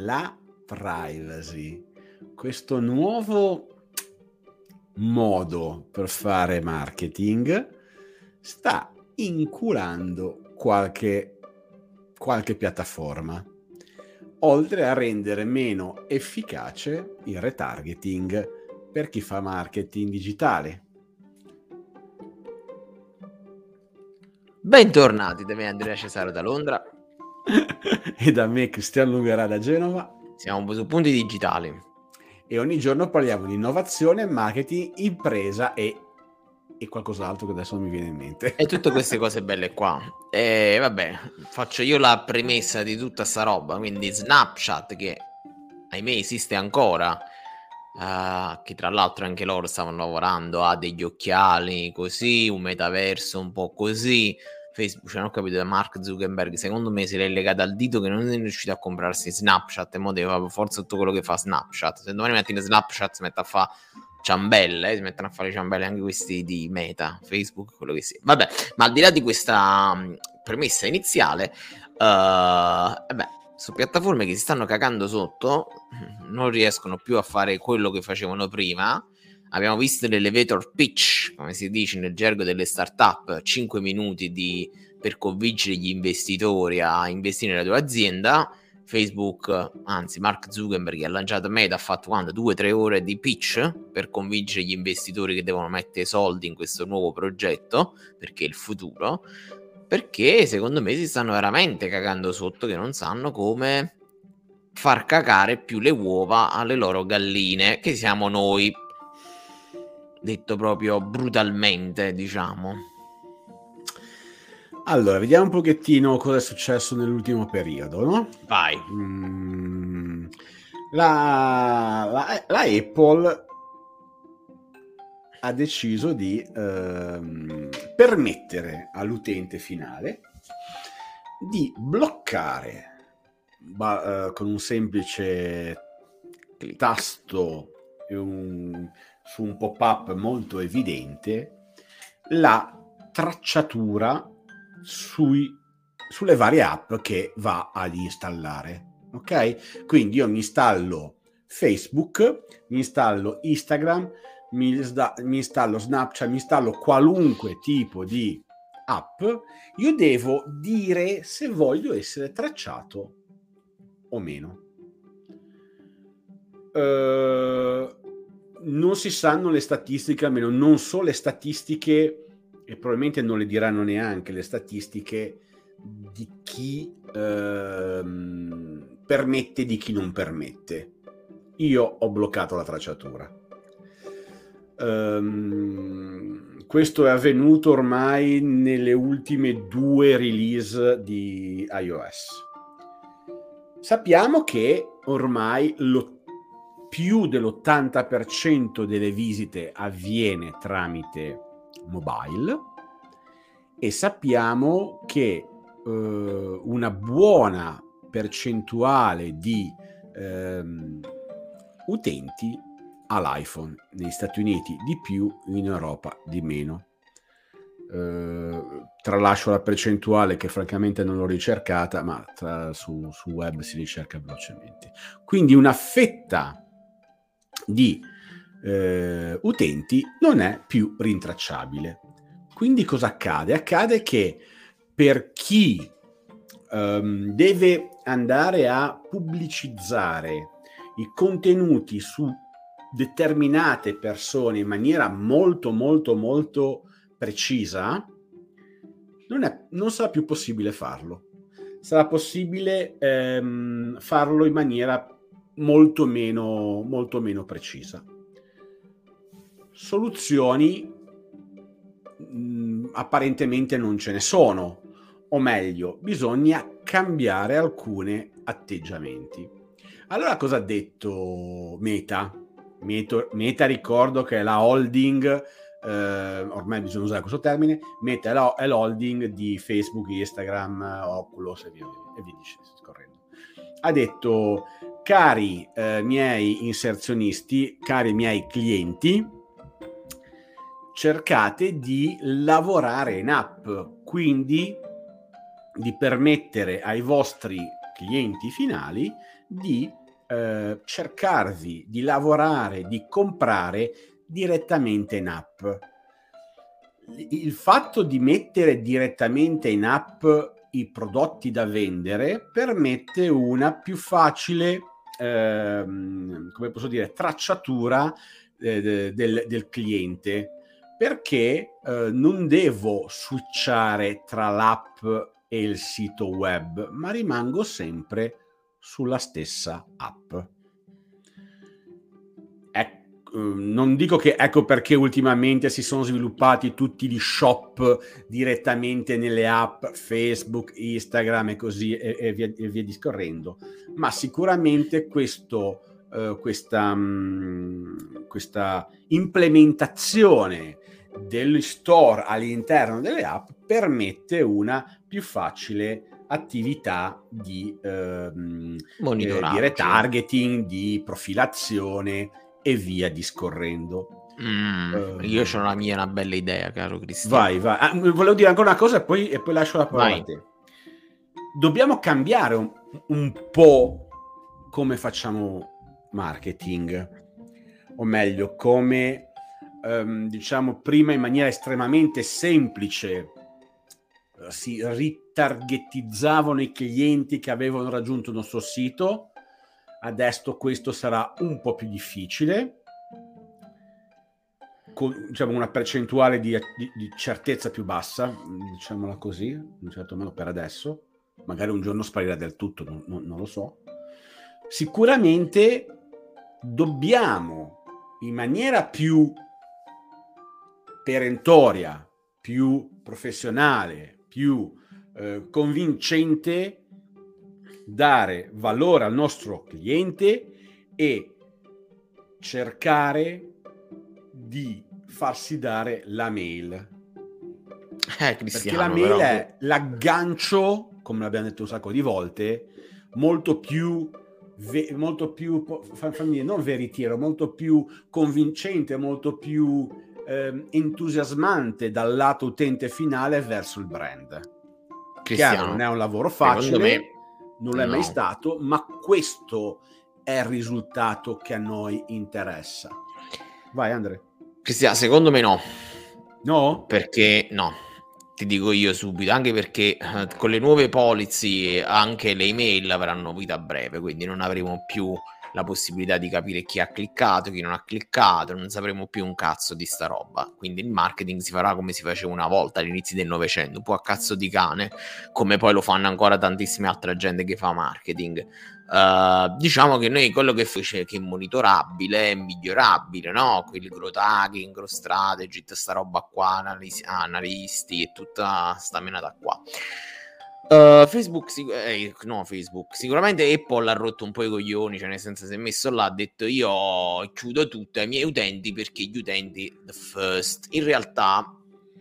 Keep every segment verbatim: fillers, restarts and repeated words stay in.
la privacy, questo nuovo modo per fare marketing, sta inculando qualche, qualche piattaforma, oltre a rendere meno efficace il retargeting per chi fa marketing digitale. Bentornati da me Andrea Cesaro da Londra e da me Cristiano Lugara da Genova. Siamo su Punti Digitali e ogni giorno parliamo di innovazione, marketing, impresa e, e qualcos'altro che adesso non mi viene in mente. E tutte queste cose belle qua. E vabbè, faccio io la premessa di tutta sta roba. Quindi Snapchat, che ahimè esiste ancora, uh, che tra l'altro anche loro stavano lavorando a degli occhiali così, un metaverso un po' così. Facebook, cioè non ho capito, da Mark Zuckerberg secondo me se l'è legata al dito che non è riuscito a comprarsi Snapchat e mo deve forza tutto quello che fa Snapchat. Se domani mattina Snapchat si mette a fare ciambelle, eh, si mettono a fare ciambelle anche questi di Meta, Facebook, quello che sia. Vabbè, ma al di là di questa um, premessa iniziale, uh, beh, su piattaforme che si stanno cagando sotto, non riescono più a fare quello che facevano prima. Abbiamo visto l'elevator pitch, come si dice nel gergo delle startup, cinque minuti di, per convincere gli investitori a investire nella tua azienda. Facebook, anzi Mark Zuckerberg, che ha lanciato Meta, ha fatto quando? due tre ore di pitch per convincere gli investitori che devono mettere soldi in questo nuovo progetto, perché è il futuro, perché secondo me si stanno veramente cagando sotto, che non sanno come far cagare più le uova alle loro galline, che siamo noi, detto proprio brutalmente, diciamo. Allora, vediamo un pochettino cosa è successo nell'ultimo periodo, no? Vai. Mm, la, la, la Apple ha deciso di ehm, permettere all'utente finale di bloccare ba, eh, con un semplice tasto e un, su un pop-up molto evidente la tracciatura sui, sulle varie app che va ad installare. Ok? Quindi io mi installo Facebook, mi installo Instagram, mi, sda, mi installo Snapchat, mi installo qualunque tipo di app, io devo dire se voglio essere tracciato o meno. Uh, non si sanno le statistiche, almeno non so le statistiche, e probabilmente non le diranno neanche le statistiche di chi uh, permette e di chi non permette. Io ho bloccato la tracciatura. Um, questo è avvenuto ormai nelle ultime due release di iOS. Sappiamo che ormai lo più dell'ottanta per cento delle visite avviene tramite mobile e sappiamo che eh, una buona percentuale di ehm, utenti ha l'iPhone, negli Stati Uniti di più, in Europa di meno. Eh, tralascio la percentuale che francamente non l'ho ricercata, ma tra, su, su web si ricerca velocemente. Quindi una fetta di eh, utenti non è più rintracciabile. Quindi cosa accade? Accade che per chi um, deve andare a pubblicizzare i contenuti su determinate persone in maniera molto molto molto precisa, non, è, non sarà più possibile farlo. Sarà possibile ehm, farlo in maniera molto meno, molto meno precisa. Soluzioni mh, apparentemente non ce ne sono, o meglio, bisogna cambiare alcuni atteggiamenti. Allora cosa ha detto Meta? Meta, Meta ricordo che è la holding, eh, ormai bisogna usare questo termine, Meta è, la, è l'holding di Facebook, Instagram, Oculus e via, e via scorrendo. Ha detto: cari eh, miei inserzionisti, cari miei clienti, cercate di lavorare in app, quindi di permettere ai vostri clienti finali di eh, cercarvi di lavorare, di comprare direttamente in app. Il fatto di mettere direttamente in app i prodotti da vendere permette una più facile, ehm, come posso dire, tracciatura eh, del, del cliente, perché eh, non devo switchare tra l'app e il sito web, ma rimango sempre sulla stessa app. Non dico che ecco perché ultimamente si sono sviluppati tutti gli shop direttamente nelle app Facebook, Instagram e così e, e, via, e via discorrendo, ma sicuramente questo, eh, questa, mh, questa implementazione degli store all'interno delle app permette una più facile attività di, ehm, eh, di retargeting, di profilazione e via discorrendo. Mm, uh, io ho una mia una bella idea, caro Cristiano. Vai, vai. Ah, volevo dire ancora una cosa e poi, e poi lascio la parola vai. a te. Dobbiamo cambiare un, un po' come facciamo marketing, o meglio, come um, diciamo prima in maniera estremamente semplice uh, si ritargetizzavano i clienti che avevano raggiunto il nostro sito. Adesso questo sarà un po' più difficile, con diciamo, una percentuale di, di, di certezza più bassa, diciamola così, in un certo modo per adesso. Magari un giorno sparirà del tutto, non, non, non lo so. Sicuramente dobbiamo, in maniera più perentoria, più professionale, più eh, convincente, dare valore al nostro cliente e cercare di farsi dare la mail. Eh, Cristiano, perché la mail però... è l'aggancio, come l'abbiamo detto un sacco di volte, molto più ve- molto più fammi, non veritiero, molto più convincente, molto più eh, entusiasmante dal lato utente finale verso il brand. Cristiano, chiaro, non è un lavoro facile, me... non è no. mai stato, ma questo è il risultato che a noi interessa. Vai, Andre. Cristiano, secondo me no. No? Perché no, ti dico io subito, anche perché eh, con le nuove policy anche le email avranno vita breve, quindi non avremo più la possibilità di capire chi ha cliccato, chi non ha cliccato, non sapremo più un cazzo di sta roba. Quindi il marketing si farà come si faceva una volta all'inizio del Novecento, un po' a cazzo di cane, come poi lo fanno ancora tantissime altre gente che fa marketing. Uh, diciamo che noi quello che fece che è monitorabile è migliorabile, no? Quel growth hacking, growth strategy, sta roba qua, analisi, analisti e tutta sta menata qua. Uh, Facebook, sic- eh, no Facebook, sicuramente Apple ha rotto un po' i coglioni, cioè nel senso si è messo là, ha detto io chiudo tutto ai miei utenti perché gli utenti the first. In realtà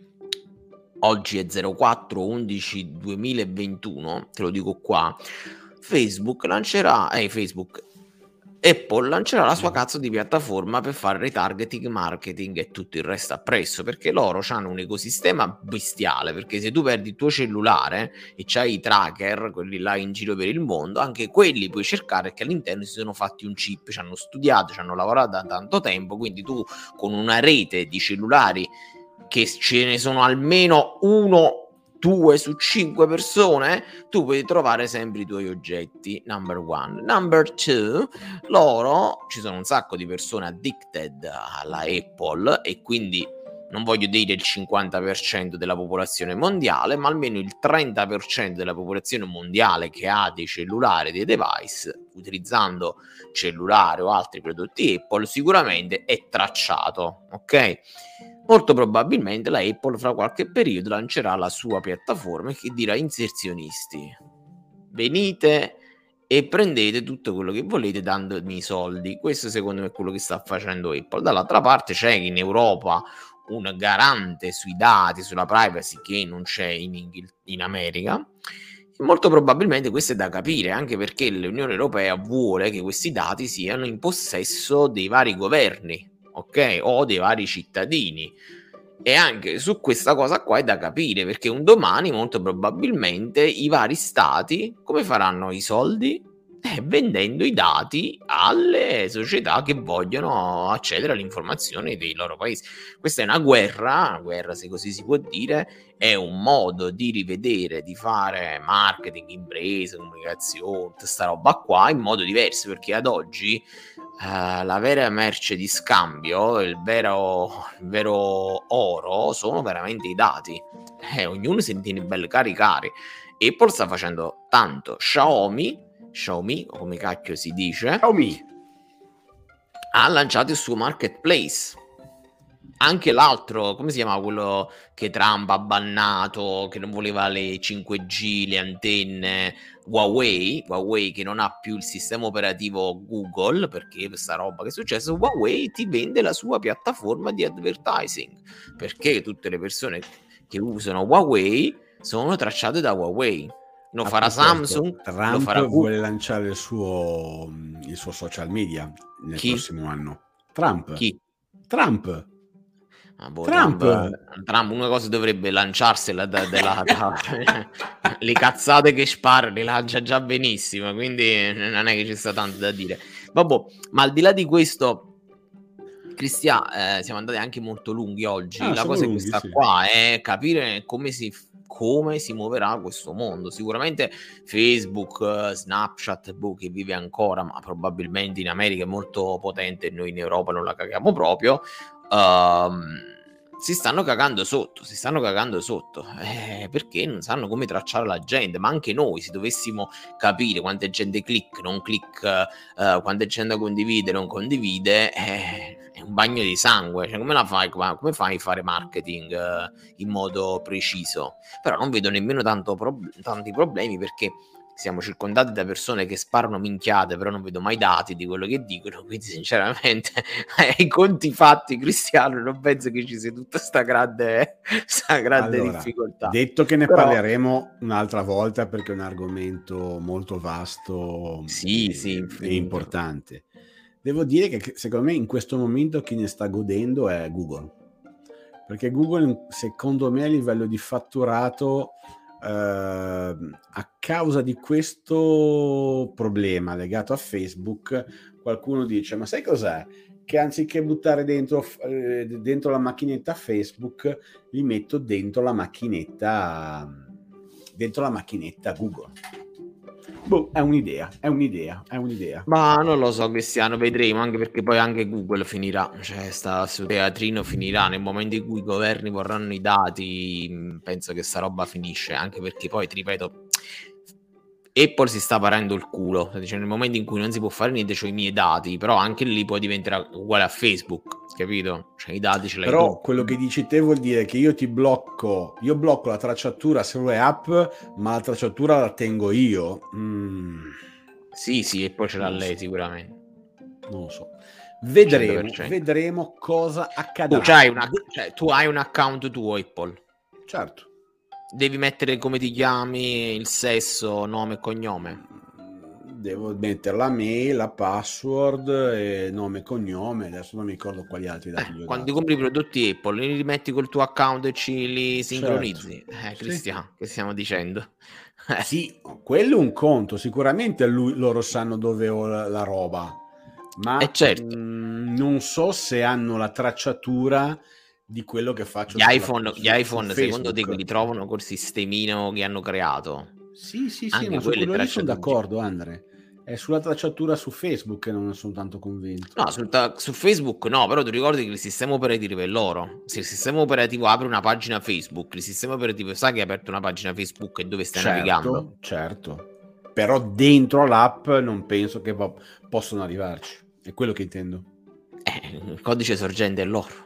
oggi è zero quattro undici duemilaventuno, te lo dico qua, Facebook lancerà, eh Facebook, Apple lancerà la sua cazzo di piattaforma per fare retargeting, marketing e tutto il resto appresso, perché loro hanno un ecosistema bestiale, perché se tu perdi il tuo cellulare e c'hai i tracker, quelli là in giro per il mondo, anche quelli puoi cercare che all'interno si sono fatti un chip, ci hanno studiato, ci hanno lavorato da tanto tempo, quindi tu con una rete di cellulari che ce ne sono almeno uno due su cinque persone, tu puoi trovare sempre i tuoi oggetti. Number one. Number two, loro, ci sono un sacco di persone addicted alla Apple e quindi non voglio dire il cinquanta per cento della popolazione mondiale, ma almeno il trenta per cento della popolazione mondiale che ha dei cellulari, dei device, utilizzando cellulare o altri prodotti Apple, sicuramente è tracciato, ok? Molto probabilmente la Apple fra qualche periodo lancerà la sua piattaforma che dirà inserzionisti, venite e prendete tutto quello che volete dandomi i soldi. Questo secondo me è quello che sta facendo Apple. Dall'altra parte c'è in Europa un garante sui dati, sulla privacy che non c'è in, Inghil- in America. Molto probabilmente questo è da capire, anche perché l'Unione Europea vuole che questi dati siano in possesso dei vari governi, ok? O dei vari cittadini. E anche su questa cosa qua è da capire, perché un domani molto probabilmente i vari stati come faranno i soldi? Eh, vendendo i dati alle società che vogliono accedere alle informazioni dei loro paesi. Questa è una guerra, una guerra se così si può dire, è un modo di rivedere, di fare marketing, imprese, comunicazione, tutta sta roba qua in modo diverso, perché ad oggi Uh, la vera merce di scambio, il vero, il vero oro sono veramente i dati. Eh, ognuno si tiene belli cari cari. Apple sta facendo tanto. Xiaomi, Xiaomi, o come cacchio si dice, Xiaomi ha lanciato il suo marketplace. Anche l'altro, come si chiama quello che Trump ha bannato, che non voleva le cinque G, le antenne, Huawei, Huawei che non ha più il sistema operativo Google, perché questa roba che è successa, Huawei ti vende la sua piattaforma di advertising, perché tutte le persone che usano Huawei sono tracciate da Huawei. Lo Ah, farà Samsung, Trump lo farà vuole Google. lanciare il suo, il suo social media nel Chi? prossimo anno. Trump. Chi? Trump. Ah, boh, Trump. Trump, Trump una cosa dovrebbe lanciarsela da, della, da, le cazzate che spara le lancia già benissimo, quindi non è che ci sta tanto da dire. Vabbè, ma al di là di questo, Cristian, eh, siamo andati anche molto lunghi oggi. Ah, la sono cosa lunghi, è questa sì. qua, è capire come si, come si muoverà questo mondo. Sicuramente Facebook, Snapchat, boh, che vive ancora, ma probabilmente in America è molto potente e noi in Europa non la caghiamo proprio. Um, si stanno cagando sotto, si stanno cagando sotto eh, perché non sanno come tracciare la gente. Ma anche noi, se dovessimo capire quanta gente click, non click, uh, quanta gente condivide, non condivide, eh, è un bagno di sangue. Cioè, come la fai? Come fai a fare marketing uh, in modo preciso? Però non vedo nemmeno tanto pro- tanti problemi, perché siamo circondati da persone che sparano minchiate, però non vedo mai dati di quello che dicono, quindi sinceramente ai conti fatti, Cristiano, non penso che ci sia tutta sta grande, sta grande allora, difficoltà. Detto che ne però... parleremo un'altra volta, perché è un argomento molto vasto sì, e, sì, e importante. Devo dire che secondo me in questo momento chi ne sta godendo è Google, perché Google secondo me a livello di fatturato Uh, a causa di questo problema legato a Facebook, qualcuno dice: ma sai cos'è? Che anziché buttare dentro, eh, dentro la macchinetta Facebook, li metto dentro la macchinetta dentro la macchinetta Google. Boh, è un'idea, è un'idea, è un'idea. Ma non lo so, Cristiano, vedremo, anche perché poi anche Google finirà, cioè sta su teatrino finirà nel momento in cui i governi vorranno i dati. Penso che sta roba finisce, anche perché poi, ti ripeto, Apple si sta parando il culo, cioè nel momento in cui non si può fare niente, c'ho i miei dati, però anche lì poi diventerà uguale a Facebook, capito? Cioè i dati ce l'hai però tu. Quello che dici te vuol dire che io ti blocco, io blocco la tracciatura sulle app, ma la tracciatura la tengo io. Mm. Sì, sì, e poi ce l'ha non lei so. sicuramente. Non lo so. Vedremo, cento per cento. vedremo cosa accadrà. Tu, c'hai una, cioè, tu hai un account tuo Apple? Certo. Devi mettere come ti chiami, il sesso, nome e cognome? Devo mettere la mail, la password, e nome e cognome. Adesso non mi ricordo quali altri dati. Eh, quando ti compri i prodotti Apple, li rimetti col tuo account e ci li sincronizzi. Certo. Eh, Cristiano, sì. Che stiamo dicendo? Eh. Sì, quello è un conto. Sicuramente lui, loro sanno dove ho la, la roba, ma eh certo. mh, non so se hanno la tracciatura di quello che faccio. Gli sulla, iPhone, su, gli iPhone su secondo te li trovano col sistemino che hanno creato? Sì, sì, sì, Anche ma su quello lì sono tracciato... d'accordo, Andre. È sulla tracciatura su Facebook che non sono tanto convinto. No, sul ta- su Facebook no, però tu ricordi che il sistema operativo è loro. Se il sistema operativo apre una pagina Facebook, il sistema operativo sa che hai aperto una pagina Facebook e dove stai certo, navigando. Certo, però dentro l'app non penso che po- possano arrivarci. È quello che intendo. Eh, il codice sorgente è loro.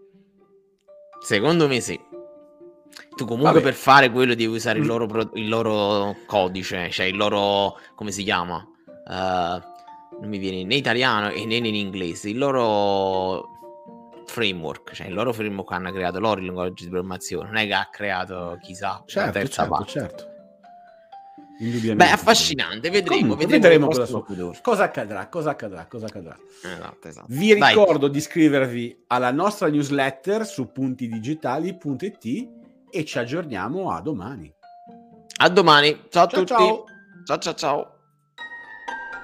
Secondo me sì. Tu comunque Vabbè. per fare quello devi usare il loro, pro- il loro codice, cioè il loro, come si chiama? Uh, non mi viene né italiano e né in inglese, il loro framework, cioè il loro framework hanno creato loro il linguaggio di programmazione, non è che ha creato chissà certo, una terza certo, parte. certo. Indubbiamente. Beh, affascinante, vedremo, Comunque, vedremo, vedremo cosa, cosa accadrà, cosa accadrà, cosa accadrà. Esatto, esatto. Vi ricordo Dai. di iscrivervi alla nostra newsletter su puntidigitali punto it e ci aggiorniamo a domani. A domani, ciao a ciao, tutti. Ciao ciao ciao ciao.